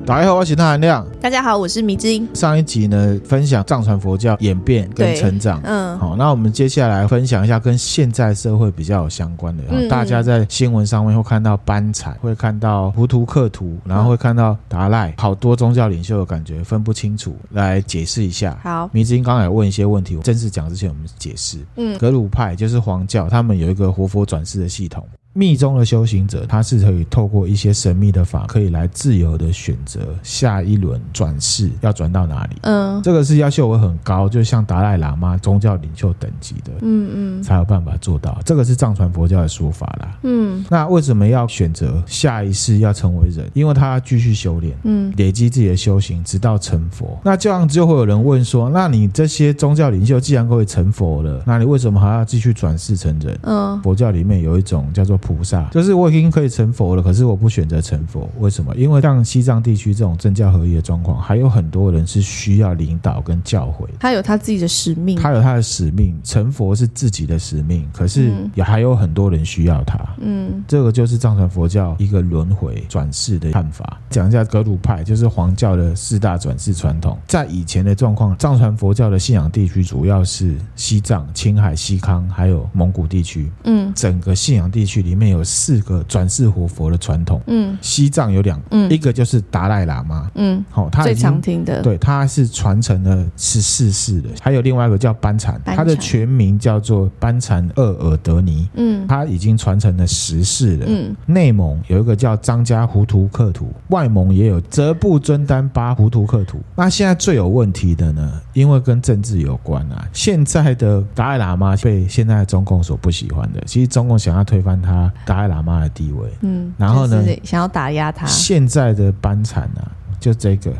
大家好，我是谭含亮。 大家好，我是迷之音。 上一集呢，分享藏传佛教演变跟成长。好，那我们接下来分享一下跟现在社会比较有相关的。大家在新闻上面会看到班禅，会看到胡图克图，然后会看到达赖，好多宗教领袖的感觉分不清楚，来解释一下。 好， 迷之音刚才有问一些问题，正式讲之前我们解释。格鲁派就是黄教，他们有一个活佛转世的系统。密宗的修行者，他是可以透过一些神秘的法，可以来自由的选择下一轮转世要转到哪里。这个是要求很高，就像达赖喇嘛宗教领袖等级的，才有办法做到。这个是藏传佛教的说法啦。那为什么要选择下一世要成为人？因为他要继续修炼，累积自己的修行，直到成佛。那这样就会有人问说，那你这些宗教领袖既然可以成佛了，那你为什么还要继续转世成人？佛教里面有一种叫做菩萨，就是我已经可以成佛了，可是我不选择成佛，为什么？因为像西藏地区这种政教合一的状况，还有很多人是需要领导跟教诲， 他有他自己的使命， 他有他的使命，成佛是自己的使命，可是也还有很多人需要他。这个就是藏传佛教一个轮回转世的看法。讲一下格鲁派，就是黄教的四大转世传统。在以前的状况，藏传佛教的信仰地区主要是西藏、青海、西康还有蒙古地区。整个信仰地区里面有4个转世活佛的传统。西藏有2个，一个就是达赖喇嘛，他最常听的， 对，他是传承了14世的。还有另外一个叫班禅，他的全名叫做班禅鄂尔德尼，他已经传承了10世了。内蒙有一个叫张家胡图克图，外蒙也有泽布尊丹巴胡图克图。那现在最有问题的呢，因为跟政治有关啊，现在的达赖喇嘛被现在的中共所不喜欢的，其实中共想要推翻他达赖喇嘛的地位，然后呢， 就是想要打压他。 现在的班禅啊，就这个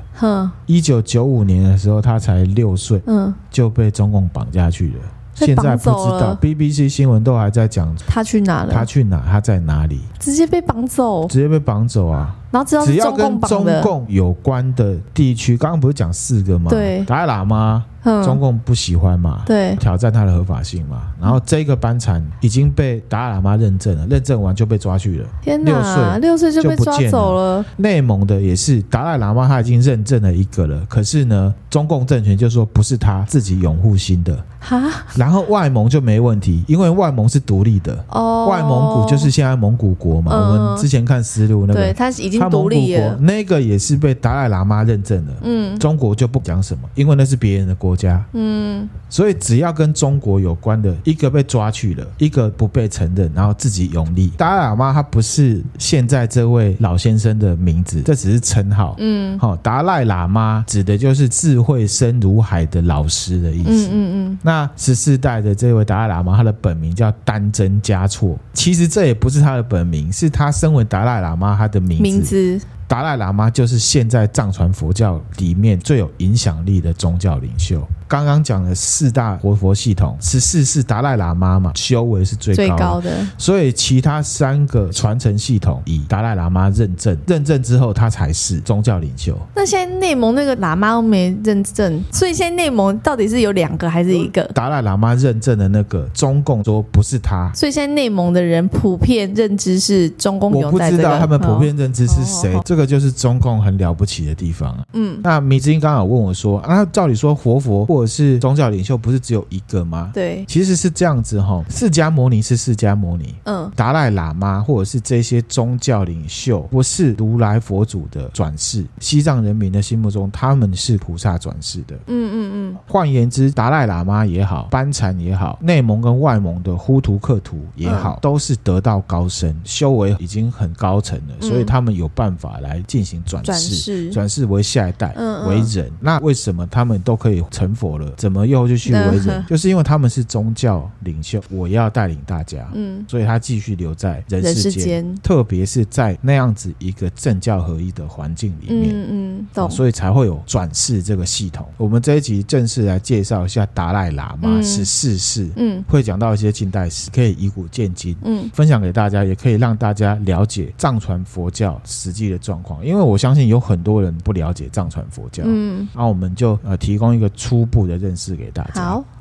，1995年的时候他才6岁，就被中共绑架去了。现在不知道 BBC 新闻都还在讲他去哪了， 他去哪，他在哪里， 直接被绑走， 直接被绑走啊。 然后只要跟中共有关的地区，刚刚不是讲4个吗？ 对， 达赖喇嘛中共不喜欢嘛， 对， 挑战他的合法性嘛。然后这个班禅已经被达赖喇嘛认证了，认证完就被抓去了。 天哪，6岁就被抓走了。 内蒙的也是达赖喇嘛，他已经认证了一个了，可是呢，中共政权就说不是他自己拥护新的。然后外蒙就没问题，因为外蒙是独立的。外蒙古就是现在蒙古国嘛，我们之前看丝路那个， 对，他已经独立了。 那个也是被达赖喇嘛认证了。中国就不讲什么，因为那是别人的国家。所以只要跟中国有关的，一个被抓去了，一个不被承认，然后自己拥立。达赖喇嘛他不是现在这位老先生的名字，这只是称号。达赖喇嘛指的就是智慧深如海的老师的意思。那14代的这位达赖喇嘛，他的本名叫丹真嘉措，其实这也不是他的本名，是他身为达赖喇嘛他的名字。达赖喇嘛就是现在藏传佛教里面最有影响力的宗教领袖。刚刚讲的4大活佛系统，14世达赖喇嘛嘛，修为是最高的，所以其他3个传承系统以达赖喇嘛认证之后，他才是宗教领袖。 那现在内蒙那个喇嘛都没认证，所以现在内蒙到底是有2个还是1个？ 达赖喇嘛认证的那个，中共说不是他， 所以现在内蒙的人普遍认知是中共有在这个。 我不知道他们普遍认知是谁，这个就是中共很了不起的地方。那迷之音刚刚有问我说，照理说活佛或者是宗教领袖不是只有1个吗？ 对， 其实是这样子齁，释迦牟尼是释迦牟尼，达赖喇嘛或者是这些宗教领袖不是如来佛祖的转世，西藏人民的心目中他们是菩萨转世的。换言之，达赖喇嘛也好，班禅也好，内蒙跟外蒙的呼图克图也好，都是得道高僧，修为已经很高层了，所以他们有办法来进行转世为下一代，为人。那为什么他们都可以成佛了，怎么又继续为人？就是因为他们是宗教领袖，我要带领大家，所以他继续留在人世间，特别是在那样子一个政教合一的环境里面，所以才会有转世这个系统。我们这一集正式来介绍一下达赖喇嘛14世，会讲到一些近代史，可以以古鉴今，分享给大家，也可以让大家了解藏传佛教实际的状况。因为我相信有很多人不了解藏传佛教，那我们就提供一个初步的认识给大家。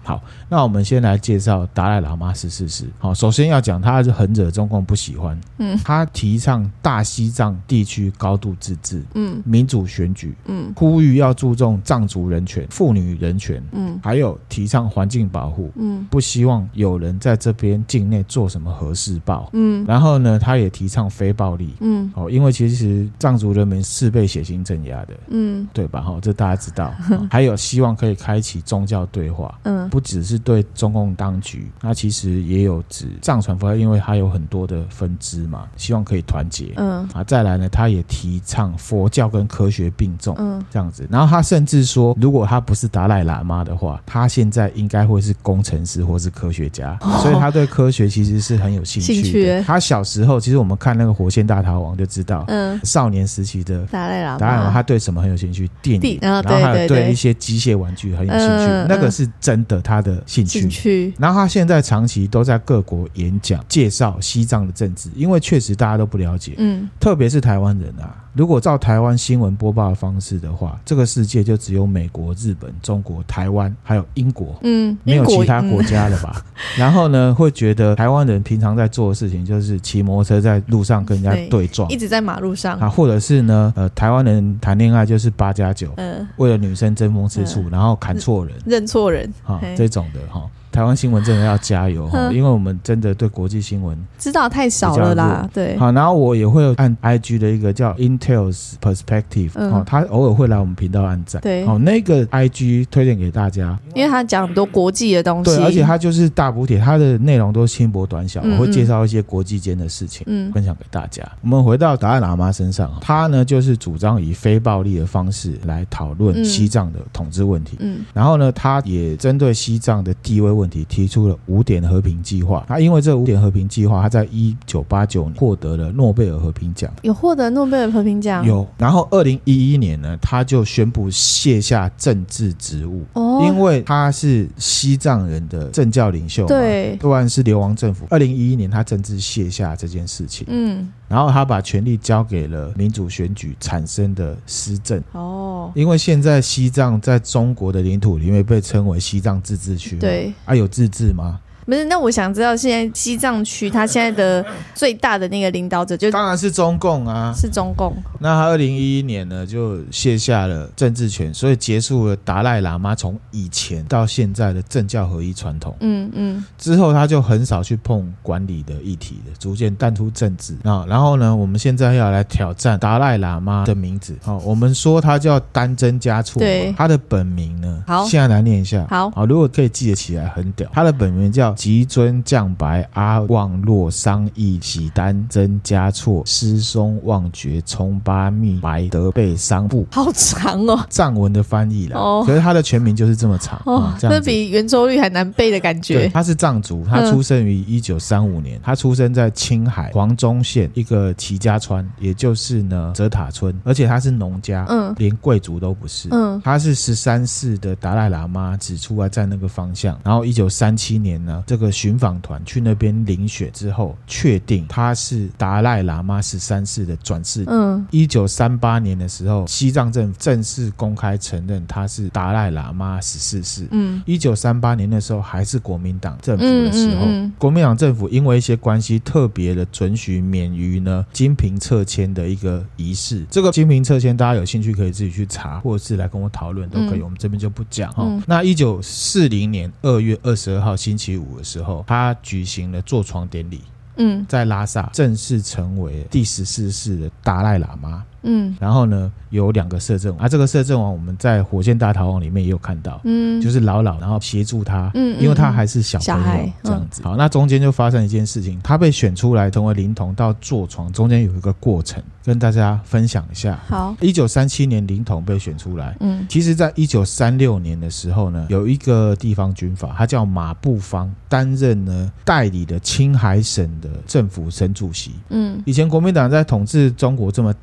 好，那我们先来介绍达赖喇嘛14世。好，首先要讲他是很惹中共不喜欢，他提倡大西藏地区高度自治，民主选举，呼吁要注重藏族人权、妇女人权，还有提倡环境保护，不希望有人在这边境内做什么核试爆，然后呢，他也提倡非暴力，因为其实藏族人民是被血腥镇压的，对吧？这大家知道。还有希望可以开启宗教对话，不只是对中共当局，那其实也有指藏传佛教，因为它有很多的分支嘛，希望可以团结。再来呢，他也提倡佛教跟科学并重，这样子。然后他甚至说，如果他不是达赖喇嘛的话，他现在应该会是工程师或是科学家，所以他对科学其实是很有兴趣的。他小时候，其实我们看那个《火线大逃亡》就知道，少年时期的达赖喇嘛，他对什么很有兴趣？电影，然后还有对一些机械玩具很有兴趣，那个是真的他的兴趣。然后他现在长期都在各国演讲，介绍西藏的政治，因为确实大家都不了解，特别是台湾人啊。如果照台湾新闻播报的方式的话，这个世界就只有美国、日本、中国、台湾还有英国，没有其他国家了吧？然后呢，会觉得台湾人平常在做的事情就是骑摩托车在路上跟人家对撞， 一直在马路上啊，或者是呢，台湾人谈恋爱就是8+9，为了女生争风吃醋，然后砍错人、 认错人啊，这种的哈。台湾新闻真的要加油，因为我们真的对国际新闻知道太少了啦。对， 好，然后我也会按 IG 的一个叫 Intel's Perspective，他偶尔会来我们频道按赞。 对， 那个 IG 推荐给大家， 因为他讲很多国际的东西， 对，而且他就是大补帖，他的内容都轻薄短小，我会介绍一些国际间的事情，分享给大家。我们回到达赖喇嘛身上，他呢就是主张以非暴力的方式来讨论西藏的统治问题，然后呢，他也针对西藏的地位问题提出了5点和平计划。他因为这5点和平计划，他在1989年获得了诺贝尔和平奖。 有获得诺贝尔和平奖？ 有。然后2011年呢，他就宣布卸下政治职务，因为他是西藏人的政教领袖嘛，对，不然是流亡政府。2011年他政治卸下这件事情，然后他把权力交给了民主选举产生的施政。因为现在西藏在中国的领土里面被称为西藏自治区，对，有自治吗？ 不是，那我想知道现在西藏区他现在的最大的那个领导者就当然是中共啊， 是中共。 那他2011年呢就卸下了政治权，所以结束了达赖喇嘛从以前到现在的政教合一传统。之后他就很少去碰管理的议题了，逐渐淡出政治。然后呢，我们现在要来挑战达赖喇嘛的名字。我们说他叫丹真嘉措，对，他的本名呢，好，现在来念一下。好，如果可以记得起来，很屌。他的本名叫吉尊降白阿旺洛桑义喜丹真嘉措师松旺觉冲巴密白德贝桑布，好长哦， 藏文的翻译啦。可是他的全名就是这么长， 这比圆周率还难背的感觉。 对，他是藏族，他出生于1935年，他出生在青海黄忠县一个齐家川，也就是呢泽塔村，而且他是农家，连贵族都不是。他是13世的达赖喇嘛指出来在那个方向，然后1937年呢，这个巡访团去那边遴选之后，确定他是达赖喇嘛13世的转世。1938年的时候，西藏政府正式公开承认他是达赖喇嘛14世。1938年的时候还是国民党政府的时候，国民党政府因为一些关系特别的准许免于呢金瓶撤迁的一个仪式。这个金瓶撤迁大家有兴趣可以自己去查，或者是来跟我讨论都可以，我们这边就不讲。那1940年2月22号星期五的时候，他举行了坐床典礼，在拉萨正式成为第14世的达赖喇嘛。然后呢有2个摄政王，这个摄政王我们在火线大逃亡里面也有看到，就是老然后协助他，因为他还是小朋友这样子。好，那中间就发生一件事情，他被选出来成为灵童到坐床，中间有一个过程跟大家分享一下。好，1937年灵童被选出来，其实在1936年的时候呢，有一个地方军阀，他叫马步芳，担任呢代理的青海省的政府省主席。以前国民党在统治中国这么大，其实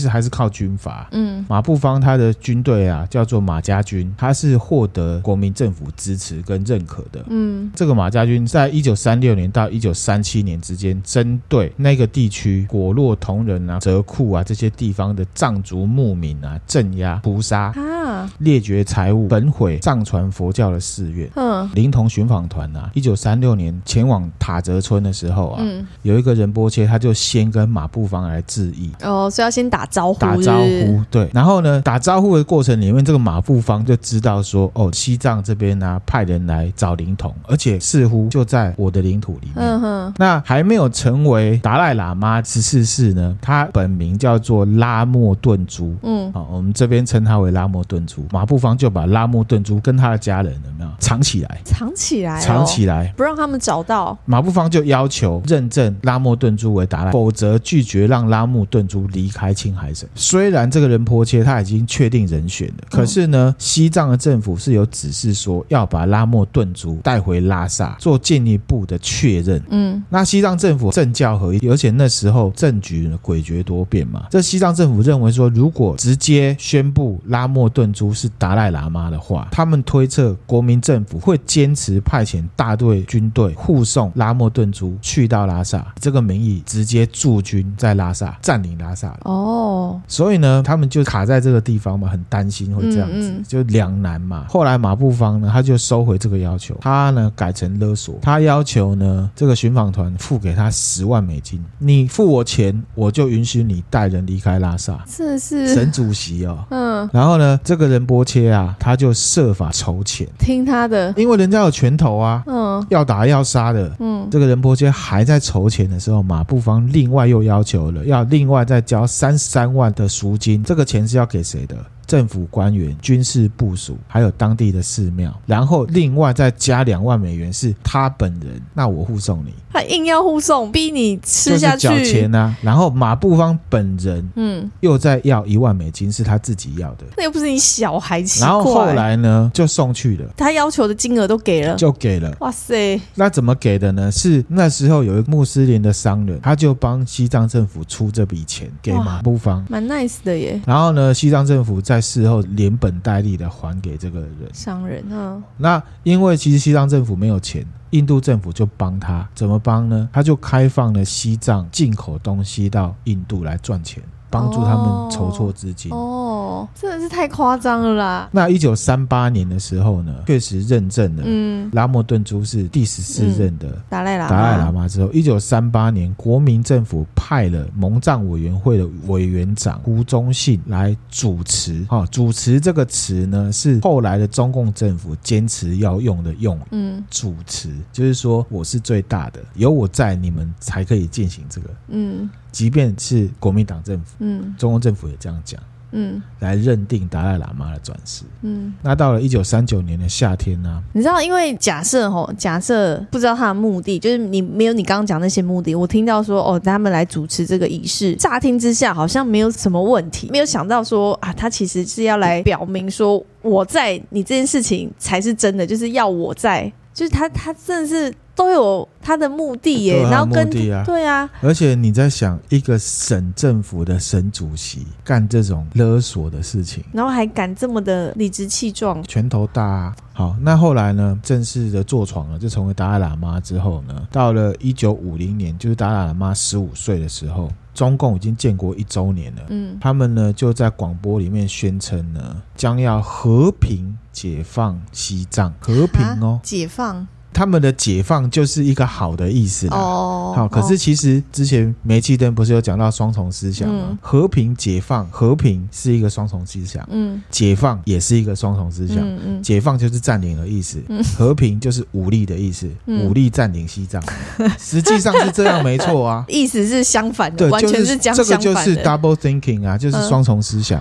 实还是靠军阀。马步芳他的军队啊叫做马家军，他是获得国民政府支持跟认可的。这个马家军在1936年到1937年之间，针对那个地区果洛同仁啊、泽库啊这些地方的藏族牧民啊镇压屠杀列绝财物，焚毁藏传佛教的寺院。灵童寻访团啊1936年前往塔泽村的时候啊，有一个仁波切他就先跟马步芳来致意。 所以要先打招呼。 打招呼，对。然后呢，打招呼的过程里面，这个马步芳就知道说，西藏这边啊派人来找灵童，而且似乎就在我的领土里面。那还没有成为达赖喇嘛14世呢，他本名叫做拉莫顿珠。我们这边称他为拉莫顿珠。马步芳就把拉莫顿珠跟他的家人有没有藏起来？藏起来， 不让他们找到。 马步芳就要求认证拉莫顿珠为达赖，否则拒绝让拉莫顿珠离开青海省。虽然这个仁波切他已经确定人选了，可是呢，西藏的政府是有指示说要把拉莫顿珠带回拉萨做进一步的确认。那西藏政府政教合一，而且那时候政局诡谲多变嘛，这西藏政府认为说，如果直接宣布拉莫顿珠是达赖喇嘛的话，他们推测国民政府会坚持派遣大队军队护送拉莫顿珠去到拉萨，这个名义直接驻军在拉萨，占领拉萨。所以呢，他们就卡在这个地方嘛，很担心会这样子，就两难嘛。后来马步芳呢，他就收回这个要求，他呢改成勒索，他要求呢这个寻访团付给他10万美金，你付我钱，我就允许你带人离开拉萨。 这是省主席然后呢，这个仁波切啊，他就设法筹钱， 听他的， 因为人家有拳头啊，要打要杀的。这个仁波切还在筹钱的时候，马步芳另外又要求了，要另外再交33万的赎金，这个钱是要给谁的？政府官员、军事部属，还有当地的寺庙，然后另外再加2万美元是他本人，那我护送你。 他硬要护送，逼你吃下去， 就是缴钱啊。然后马步芳本人，又再要1万美金是他自己要的， 那又不是你小孩，奇怪。 然后后来呢，就送去了， 他要求的金额都给了， 就给了。 哇塞！ 那怎么给的呢？是那时候有一个穆斯林的商人，他就帮西藏政府出这笔钱给马步芳， 蛮 nice 的耶。 然后呢，西藏政府在事后连本带利的还给这个人商人。 那因为其实西藏政府没有钱，印度政府就帮他，怎么帮呢？他就开放了西藏进口东西到印度来赚钱，帮助他们筹措资金。 真的是太夸张了啦。 那1938年的时候呢，确实认证了拉莫顿珠是第14任的达赖喇嘛之后，1938年国民政府派了蒙藏委员会的委员长胡宗信来主持。主持这个词呢，是后来的中共政府坚持要用的用语。主持就是说我是最大的，有我在，你们才可以进行这个。即便是国民党政府，中共政府也这样讲。来认定达赖喇嘛的转世。那到了1939年的夏天呢， 你知道，因为假设不知道他的目的，就是你没有你刚刚讲那些目的，我听到说他们来主持这个仪式，乍听之下好像没有什么问题，没有想到说他其实是要来表明说我在，你这件事情才是真的，就是要我在，就是他真的是都有他的目的耶，然后跟对啊， 而且你在想一个省政府的省主席干这种勒索的事情， 然后还敢这么的理直气壮， 拳头大啊。好，那后来呢，正式的坐床了，就成为达赖喇嘛之后呢，到了1950年，就是达赖喇嘛15岁的时候，中共已经建国1周年了。他们呢就在广播里面宣称呢，将要和平解放西藏，和平解放。 他们的解放就是一个好的意思啦。好，可是其实之前煤气灯不是有讲到双重思想吗？和平解放，和平是一个双重思想，解放也是一个双重思想。解放就是占领的意思，和平就是武力的意思，武力占领西藏，实际上是这样没错啊， 意思是相反的， 对， 完全是相反的。 这个就是 double thinking 啊，就是双重思想啊。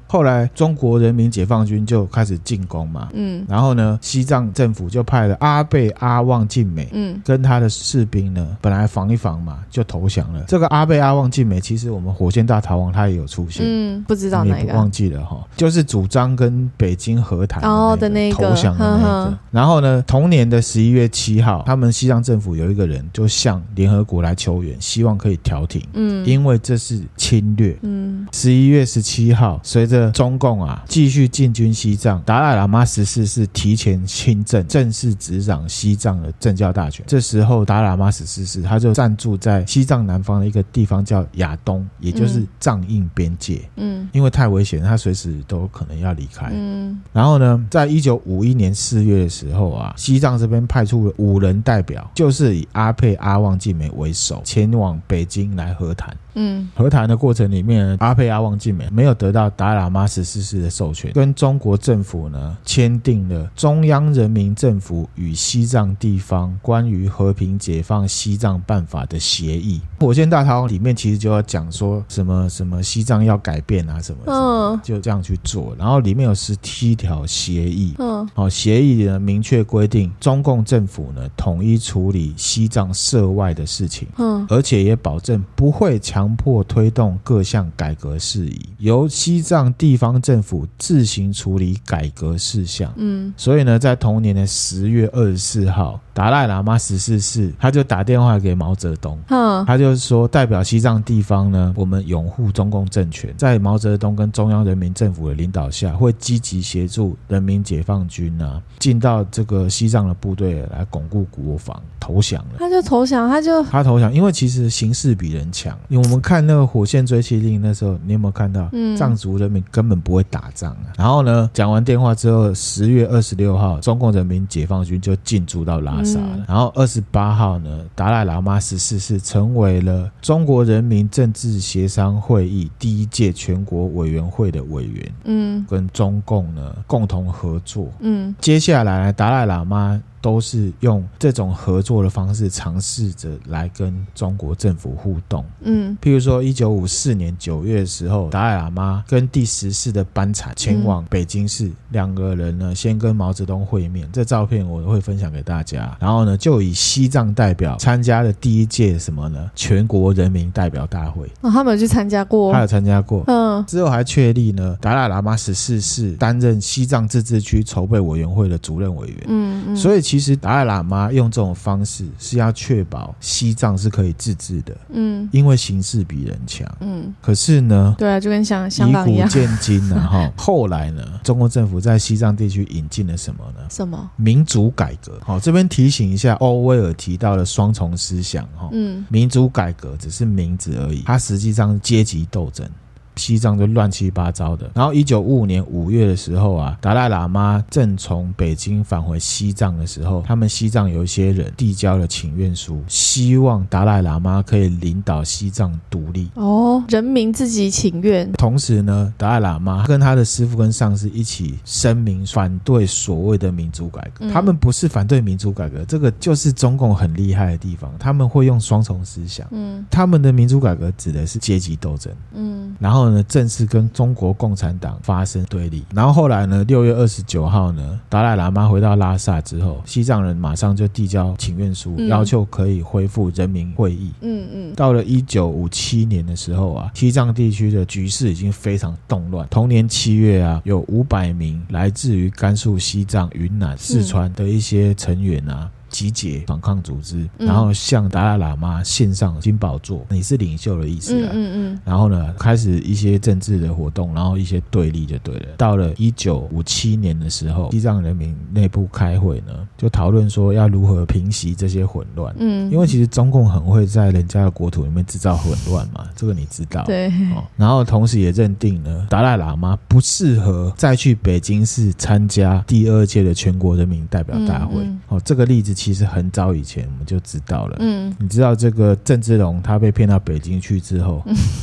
后来中国人民解放军就开始进攻嘛，然后呢西藏政府就派了阿倍阿旺晋美跟他的士兵呢本来防一防嘛就投降了。这个阿倍阿旺晋美其实我们火线大逃亡他也有出现， 不知道哪一个， 忘记了就是主张跟北京和谈的那个投降的那个。然后呢同年的11月7号他们西藏政府有一个人就向联合国来求援，希望可以调停，因为这是侵略。11月17号随着中共继续进军西藏，达赖喇嘛14世提前亲政，正式执掌西藏的政教大权。这时候达赖喇嘛14世他就暂住在西藏南方的一个地方叫亚东，也就是藏印边界，因为太危险他随时都可能要离开。然后呢在1951年4月的时候西藏这边派出了5人代表，就是以阿倍阿旺晋美为首前往北京来和谈。和谈的过程里面，阿倍阿旺晋美没有得到达赖喇嘛14世的授权，跟中国政府呢签订了中央人民政府与西藏地方关于和平解放西藏办法的协议。火线大逃亡里面其实就要讲说什么什么西藏要改变什么就这样去做。然后里面有17条协议，协议呢明确规定中共政府呢统一处理西藏涉外的事情，而且也保证不会强迫推动各项改革事宜，由西藏地方政府自行处理改革事项。所以呢在同年的10月24号达赖喇嘛14世他就打电话给毛泽东，他就说代表西藏地方呢我们拥护中共政权，在毛泽东跟中央人民政府的领导下会积极协助人民解放军进到这个西藏的部队来巩固国防，投降了。 他就投降，他投降，因为其实形势比人强。因为我们看那个火线追缉令那时候你有没有看到藏族人民根本不会打仗然后呢讲完电话之后10月26号中共人民解放军就进驻到拉萨了。然后28号呢达赖喇嘛14世成为了中国人民政治协商会议第1届全国委员会的委员，跟中共呢共同合作。接下来达赖喇嘛都是用这种合作的方式尝试着来跟中国政府互动。譬如说1954年9月的时候，达赖喇嘛跟第10世的班禅前往北京市，两个人呢先跟毛泽东会面，这照片我会分享给大家。然后呢就以西藏代表参加了第1届什么呢全国人民代表大会。 他们有去参加过？他有参加过。之后还确立呢达赖喇嘛14世担任西藏自治区筹备委员会的主任委员。所以其实达赖喇嘛用这种方式是要确保西藏是可以自治的，因为形势比人强。可是呢， 对啊，就跟香港一样， 以古见今后来呢，中国政府在西藏地区引进了什么呢？ 什么？ 民主改革。这边提醒一下，欧威尔提到的双重思想。民主改革只是名字而已，它实际上是阶级斗争。西藏就乱七八糟的。然后1955年5月的时候达赖喇嘛正从北京返回西藏的时候，他们西藏有一些人递交了请愿书，希望达赖喇嘛可以领导西藏独立。 人民自己请愿。 同时呢达赖喇嘛跟他的师父跟上师一起声明反对所谓的民主改革。他们不是反对民主改革，这个就是中共很厉害的地方，他们会用双重思想。他们的民主改革指的是阶级斗争。然后呢正式跟中国共产党发生对立。然后后来呢6月29号呢达赖喇嘛回到拉萨之后，西藏人马上就递交请愿书，要求可以恢复人民会议。到了1957年的时候西藏地区的局势已经非常动乱。同年7月有500名来自于甘肃、西藏、云南、四川的一些成员集结反抗组织，然后向达赖喇嘛献上金宝座，你是领袖的意思然后呢开始一些政治的活动，然后一些对立就对了。到了1957年的时候，西藏人民内部开会呢，就讨论说要如何平息这些混乱。因为其实中共很会在人家的国土里面制造混乱嘛，这个你知道。 对。 然后同时也认定呢达赖喇嘛不适合再去北京市参加第2届的全国人民代表大会。这个例子其实很早以前我们就知道了。你知道这个郑芝龙他被骗到北京去之后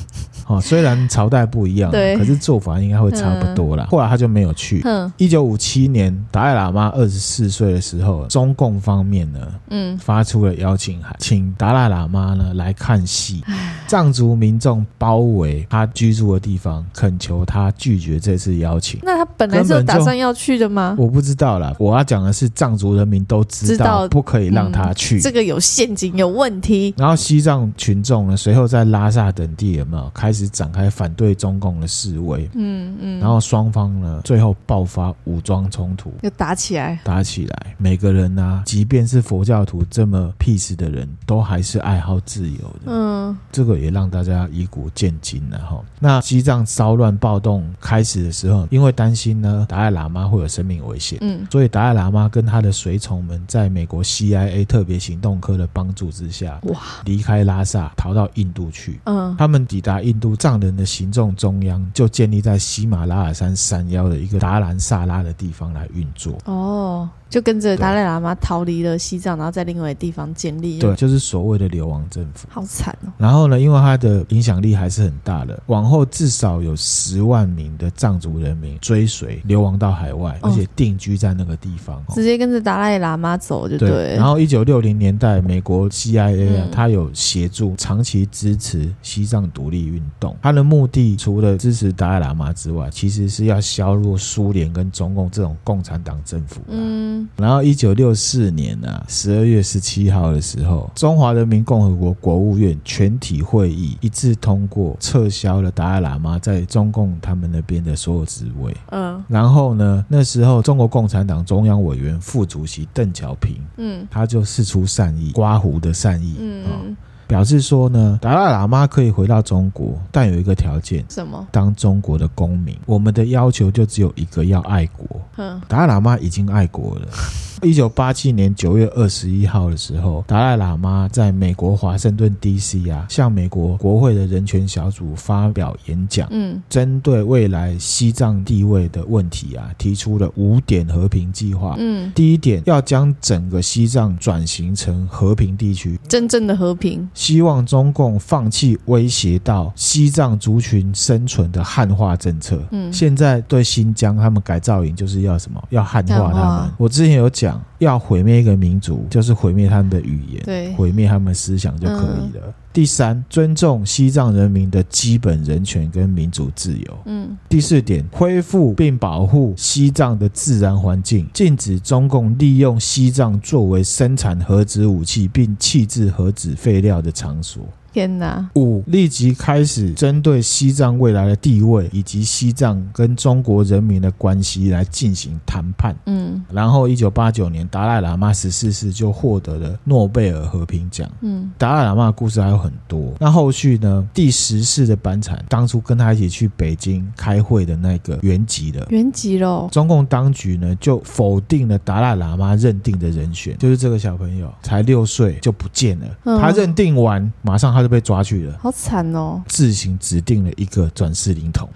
虽然朝代不一样，可是做法应该会差不多啦。后来他就没有去。1957年达赖喇嘛24岁的时候，中共方面呢发出了邀请函，请达赖喇嘛呢来看戏。藏族民众包围他居住的地方，恳求他拒绝这次邀请。 那他本来是有打算要去的吗？ 我不知道啦，我要讲的是藏族人民都知道不可以让他去， 这个有陷阱有问题。 然后西藏群众呢随后在拉萨等地有没有开始展开反对中共的示威，然后双方呢最后爆发武装冲突， 又打起来。 每个人啊，即便是佛教徒这么 peace 的人都还是爱好自由的。这个也让大家以古见今了齁。那西藏骚乱暴动开始的时候，因为担心呢达赖喇嘛会有生命危险，所以达赖喇嘛跟他的随从们在美国 CIA 特别行动科的帮助之下，离开拉萨逃到印度去。他们抵达印度，藏人的行动中央就建立在喜马拉雅山山腰的一个达兰萨拉的地方来运作。 就跟着达赖喇嘛逃离了西藏，然后在另外的地方建立。 对，就是所谓的流亡政府。 好惨哦。 然后呢，因为他的影响力还是很大的，往后至少有10万名的藏族人民追随流亡到海外，而且定居在那个地方， 直接跟着达赖喇嘛走就对。 然后1960年代，美国 CIA 他有协助长期支持西藏独立运动，他的目的除了支持达赖喇嘛之外，其实是要削弱苏联跟中共这种共产党政府。然后1964年12月17号的时候，中华人民共和国国务院全体会议一致通过撤销了达赖喇嘛在中共他们那边的所有职位。然后呢，那时候中国共产党中央委员副主席邓小平他就释出善意，刮胡的善意，表示说呢，达赖喇嘛可以回到中国，但有一个条件。 什么？ 当中国的公民。我们的要求就只有一个，要爱国。达赖喇嘛已经爱国了。1987年9月21号的时候，达赖喇嘛在美国华盛顿 DC 向美国国会的人权小组发表演讲，针对未来西藏地位的问题提出了5点和平计划。第一点，要将整个西藏转型成和平地区， 真正的和平。 希望中共放弃威胁到西藏族群生存的汉化政策。现在对新疆他们改造营就是要什么？要汉化他们。我之前有讲，要毁灭一个民族就是毁灭他们的语言，毁灭他们思想就可以了。第三，尊重西藏人民的基本人权跟民主自由。第4点，恢复并保护西藏的自然环境，禁止中共利用西藏作为生产核子武器并弃置核子废料的场所。 天哪 ！5，立即开始针对西藏未来的地位以及西藏跟中国人民的关系来进行谈判。然后1989年达赖喇嘛14世就获得了诺贝尔和平奖。达赖喇嘛的故事还有很多。那后续呢，第10世的班禅当初跟他一起去北京开会的那个原籍了，中共当局呢就否定了达赖喇嘛认定的人选，就是这个小朋友才6岁就不见了。他认定完马上他就被抓去了， 好惨哦！ 自行指定了一个转世灵童。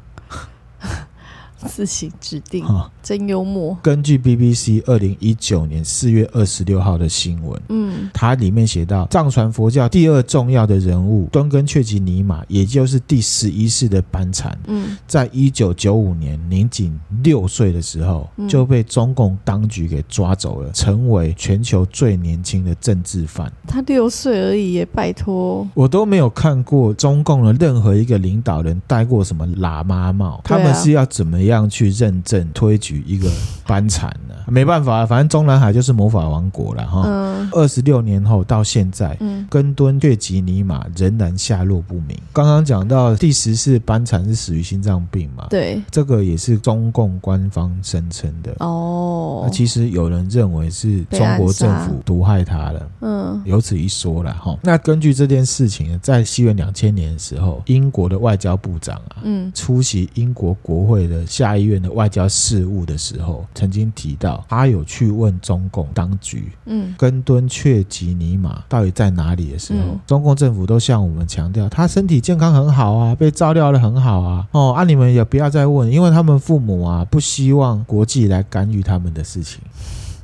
自行指定，真幽默。 根据 BBC 2019年4月26号的新闻，它里面写到，藏传佛教第2重要的人物敦根确吉尼玛，也就是第11世的班禅，在1995年年仅6岁的时候，就被中共当局给抓走了，成为全球最年轻的政治犯。 他6岁而已耶，拜托！ 我都没有看过中共的任何一个领导人戴过什么喇嘛帽，他们是要怎么样去认证推举一个班禅呢？没办法，反正中南海就是魔法王国了哈。26年后到现在，根敦确吉尼玛仍然下落不明。刚刚讲到第10世班禅是死于心脏病嘛？ 对， 这个也是中共官方声称的。那其实有人认为是中国政府毒害他了。有此一说了哈。那根据这件事情，在西元2000年的时候，英国的外交部长出席英国国会的下议院的外交事务的时候，曾经提到他有去问中共当局，根敦确吉尼玛到底在哪里的时候，中共政府都向我们强调他身体健康很好啊，被照料得很好啊。你们也不要再问，因为他们父母不希望国际来干预他们的事情。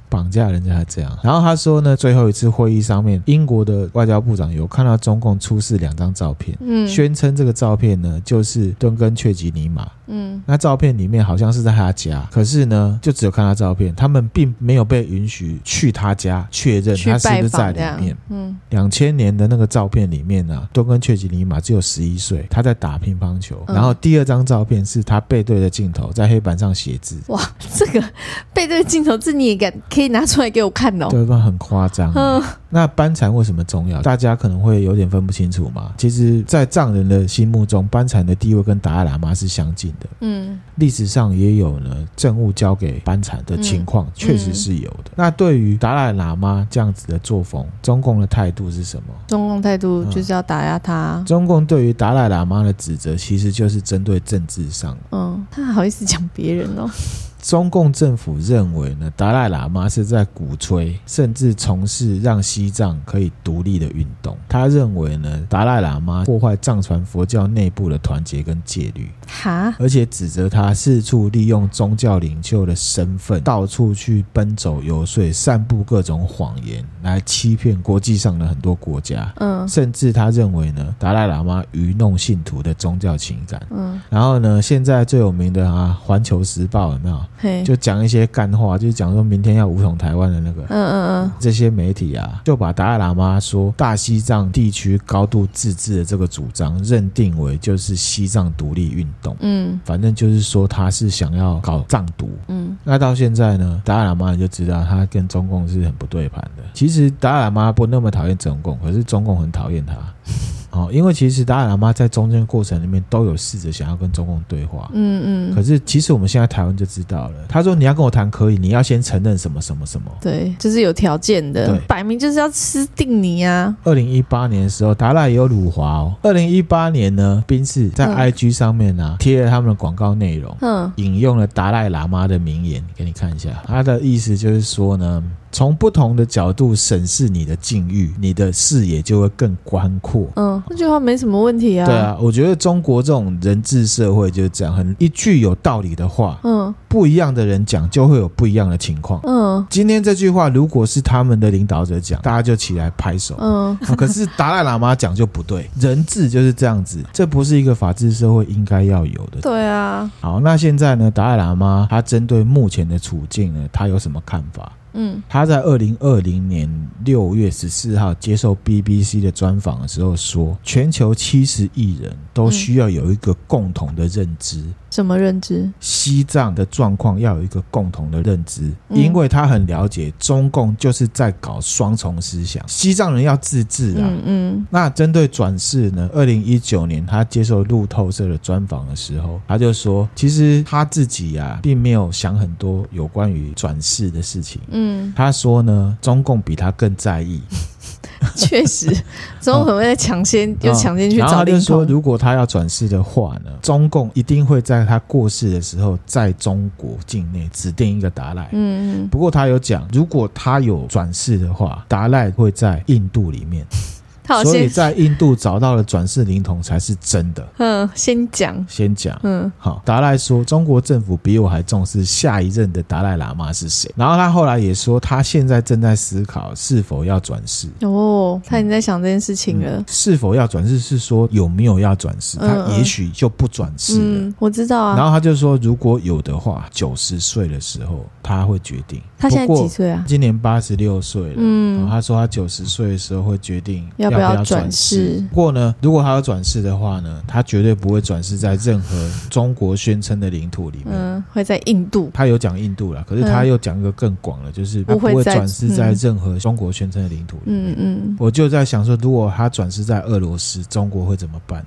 绑架人家这样。然后他说呢，最后一次会议上面，英国的外交部长有看到中共出示2张照片，宣称这个照片呢就是敦根确吉尼玛。那照片里面好像是在他家，可是呢就只有看他照片，他们并没有被允许去他家确认他是不是在里面。2000年的那个照片里面啊，敦根确吉尼玛只有11岁，他在打乒乓球。然后第2张照片是他背对着镜头在黑板上写字。 哇，这个背对镜头这你也敢可以拿出来给我看哦？ 对吧？很夸张。那班禅为什么重要？大家可能会有点分不清楚嘛。其实在藏人的心目中，班禅的地位跟达赖喇嘛是相近的。历史上也有呢政务交给班禅的情况，确实是有的。那对于达赖喇嘛这样子的作风，中共的态度是什么？ 中共态度就是要打压他。 中共对于达赖喇嘛的指责其实就是针对政治上。 他好意思讲别人哦。 中共政府认为呢，达赖喇嘛是在鼓吹甚至从事让西藏可以独立的运动。他认为呢，达赖喇嘛破坏藏传佛教内部的团结跟戒律，而且指责他四处利用宗教领袖的身份，到处去奔走游说，散布各种谎言，来欺骗国际上的很多国家。甚至他认为呢，达赖喇嘛愚弄信徒的宗教情感。然后呢，现在最有名的环球时报有没有？就讲一些干话，就是讲说明天要武统台湾的那个，这些媒体啊，就把达赖喇嘛说大西藏地区高度自治的这个主张认定为就是西藏独立运动。反正就是说他是想要搞藏独。那到现在呢，达赖喇嘛你就知道他跟中共是很不对盘的。其实达赖喇嘛不那么讨厌中共，可是中共很讨厌他。因为其实达赖喇嘛在中间过程里面都有试着想要跟中共对话。可是其实我们现在台湾就知道了，他说你要跟我谈可以，你要先承认什么什么什么。对， 就是有条件的，摆明就是要吃定你啊。 2018年的时候，达赖也有辱华。2018年呢，宾士在 IG 上面贴了他们的广告内容，引用了达赖喇嘛的名言给你看一下。他的意思就是说呢，从不同的角度审视你的境遇，你的视野就会更宽阔。 这句话没什么问题啊。 对啊，我觉得中国这种人治社会就是这样，很一句有道理的话，不一样的人讲就会有不一样的情况。今天这句话如果是他们的领导者讲，大家就起来拍手。可是达赖喇嘛讲就不对，人治就是这样子，这不是一个法治社会应该要有的。 对啊。 好，那现在呢，达赖喇嘛他针对目前的处境呢，他有什么看法？他在2020年6月14号接受 BBC 的专访的时候说，全球70亿人都需要有一个共同的认知。 什么认知？ 西藏的状况要有一个共同的认知。因为他很了解中共就是在搞双重思想，西藏人要自治啊。那针对转世呢，2019年他接受路透社的专访的时候，他就说其实他自己并没有想很多有关于转世的事情。他说呢，中共比他更在意。 确实，中共很会抢先就抢先去找领头。 然后他就说，如果他要转世的话呢，中共一定会在他过世的时候，在中国境内指定一个达赖。不过他有讲，如果他有转世的话，达赖会在印度里面。所以在印度找到了转世灵童才是真的。 先讲。 好，达赖说中国政府比我还重视下一任的达赖喇嘛是谁。然后他后来也说，他现在正在思考是否要转世。他已经在想这件事情了。是否要转世是说有没有要转世，他也许就不转世了。 我知道啊。 然后他就说，如果有的话90岁的时候他会决定。 他现在几岁啊？ 今年86岁了。他说他90岁的时候会决定要不要转世。不过呢，如果他要转世的话呢，他绝对不会转世在任何中国宣称的领土里面。 会在印度。 他有讲印度啦，可是他又讲一个更广了，就是他不会转世在任何中国宣称的领土里面。我就在想说，如果他转世在俄罗斯，中国会怎么办？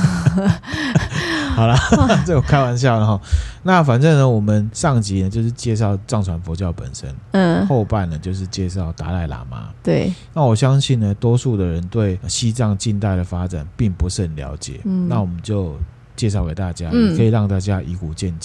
好啦，这我开玩笑的哈。那反正呢，我们上集呢就是介绍藏传佛教本身，后半呢就是介绍达赖喇嘛。 对， 那我相信呢，多数的人对西藏近代的发展并不是很了解。那我们就介绍给大家，也可以让大家以古鉴今。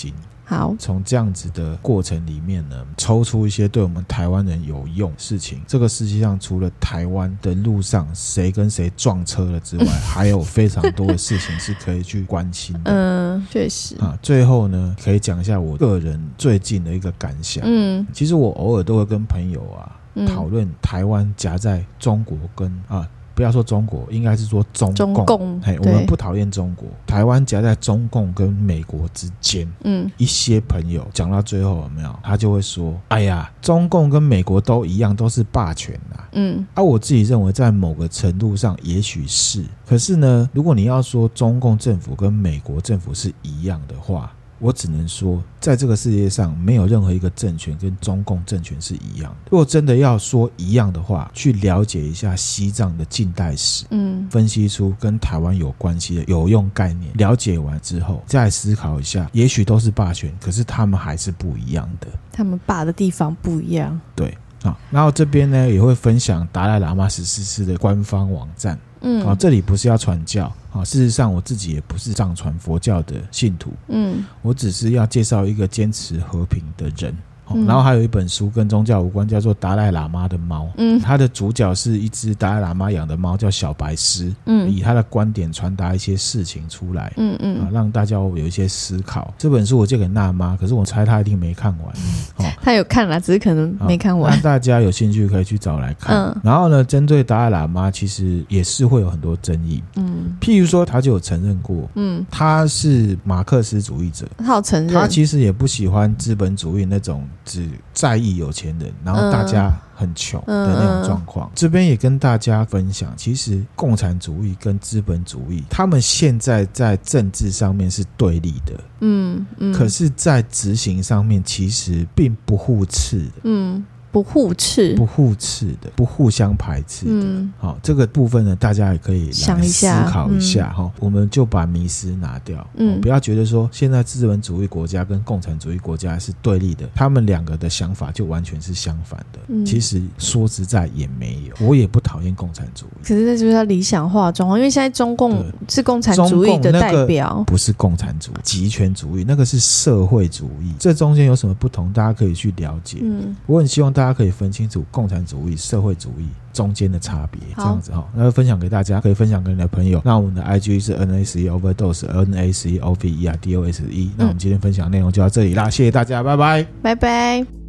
好， 从这样子的过程里面呢，抽出一些对我们台湾人有用的事情。这个世界上除了台湾的路上谁跟谁撞车了之外，还有非常多的事情是可以去关心的。 确实最后呢，可以讲一下我个人最近的一个感想。其实我偶尔都会跟朋友讨论台湾夹在中国跟不要说中国，应该是说中共。我们不讨厌中国，台湾夹在中共跟美国之间。一些朋友讲到最后有没有，他就会说：“哎呀，中共跟美国都一样，都是霸权啦。”我自己认为在某个程度上也许是，可是呢，如果你要说中共政府跟美国政府是一样的话，我只能说在这个世界上没有任何一个政权跟中共政权是一样的。如果真的要说一样的话，去了解一下西藏的近代史，分析出跟台湾有关系的有用概念，了解完之后再思考一下，也许都是霸权，可是他们还是不一样的， 他们霸的地方不一样。 对，然后这边呢也会分享达赖喇嘛14世的官方网站。这里不是要传教，事实上我自己也不是藏传佛教的信徒，我只是要介绍一个坚持和平的人。然后还有一本书跟宗教无关，叫做达赖喇嘛的猫。它的主角是一只达赖喇嘛养的猫，叫小白狮。以他的观点传达一些事情出来，让大家有一些思考。这本书我借给娜妈，可是我猜她一定没看完。 她有看啦，只是可能没看完。 那大家有兴趣可以去找来看。然后呢，针对达赖喇嘛其实也是会有很多争议。譬如说他就有承认过，他是马克思主义者， 他有承认， 他其实也不喜欢资本主义那种只在意有钱人，然后大家很穷的那种状况。这边也跟大家分享，其实共产主义跟资本主义他们现在在政治上面是对立的，可是在执行上面其实并不互斥的。 不互斥的，不互相排斥的。好，这个部分呢，大家也可以来思考一下。我们就把迷思拿掉，不要觉得说现在资本主义国家跟共产主义国家是对立的，他们两个的想法就完全是相反的。其实说实在也没有，我也不讨厌共产主义， 可是那就是他理想化的状况，因为现在中共是共产主义的代表， 不是共产主义、极权主义，那个是社会主义。这中间有什么不同，大家可以去了解。我很希望大家可以分清楚共产主义、社会主义中间的差别，这样子那分享给大家，可以分享给你的朋友。那我们的 IG 是 NACE Overdose NACE OVERDOSE。那我们今天分享内容就到这里啦，谢谢大家，拜拜， 拜拜。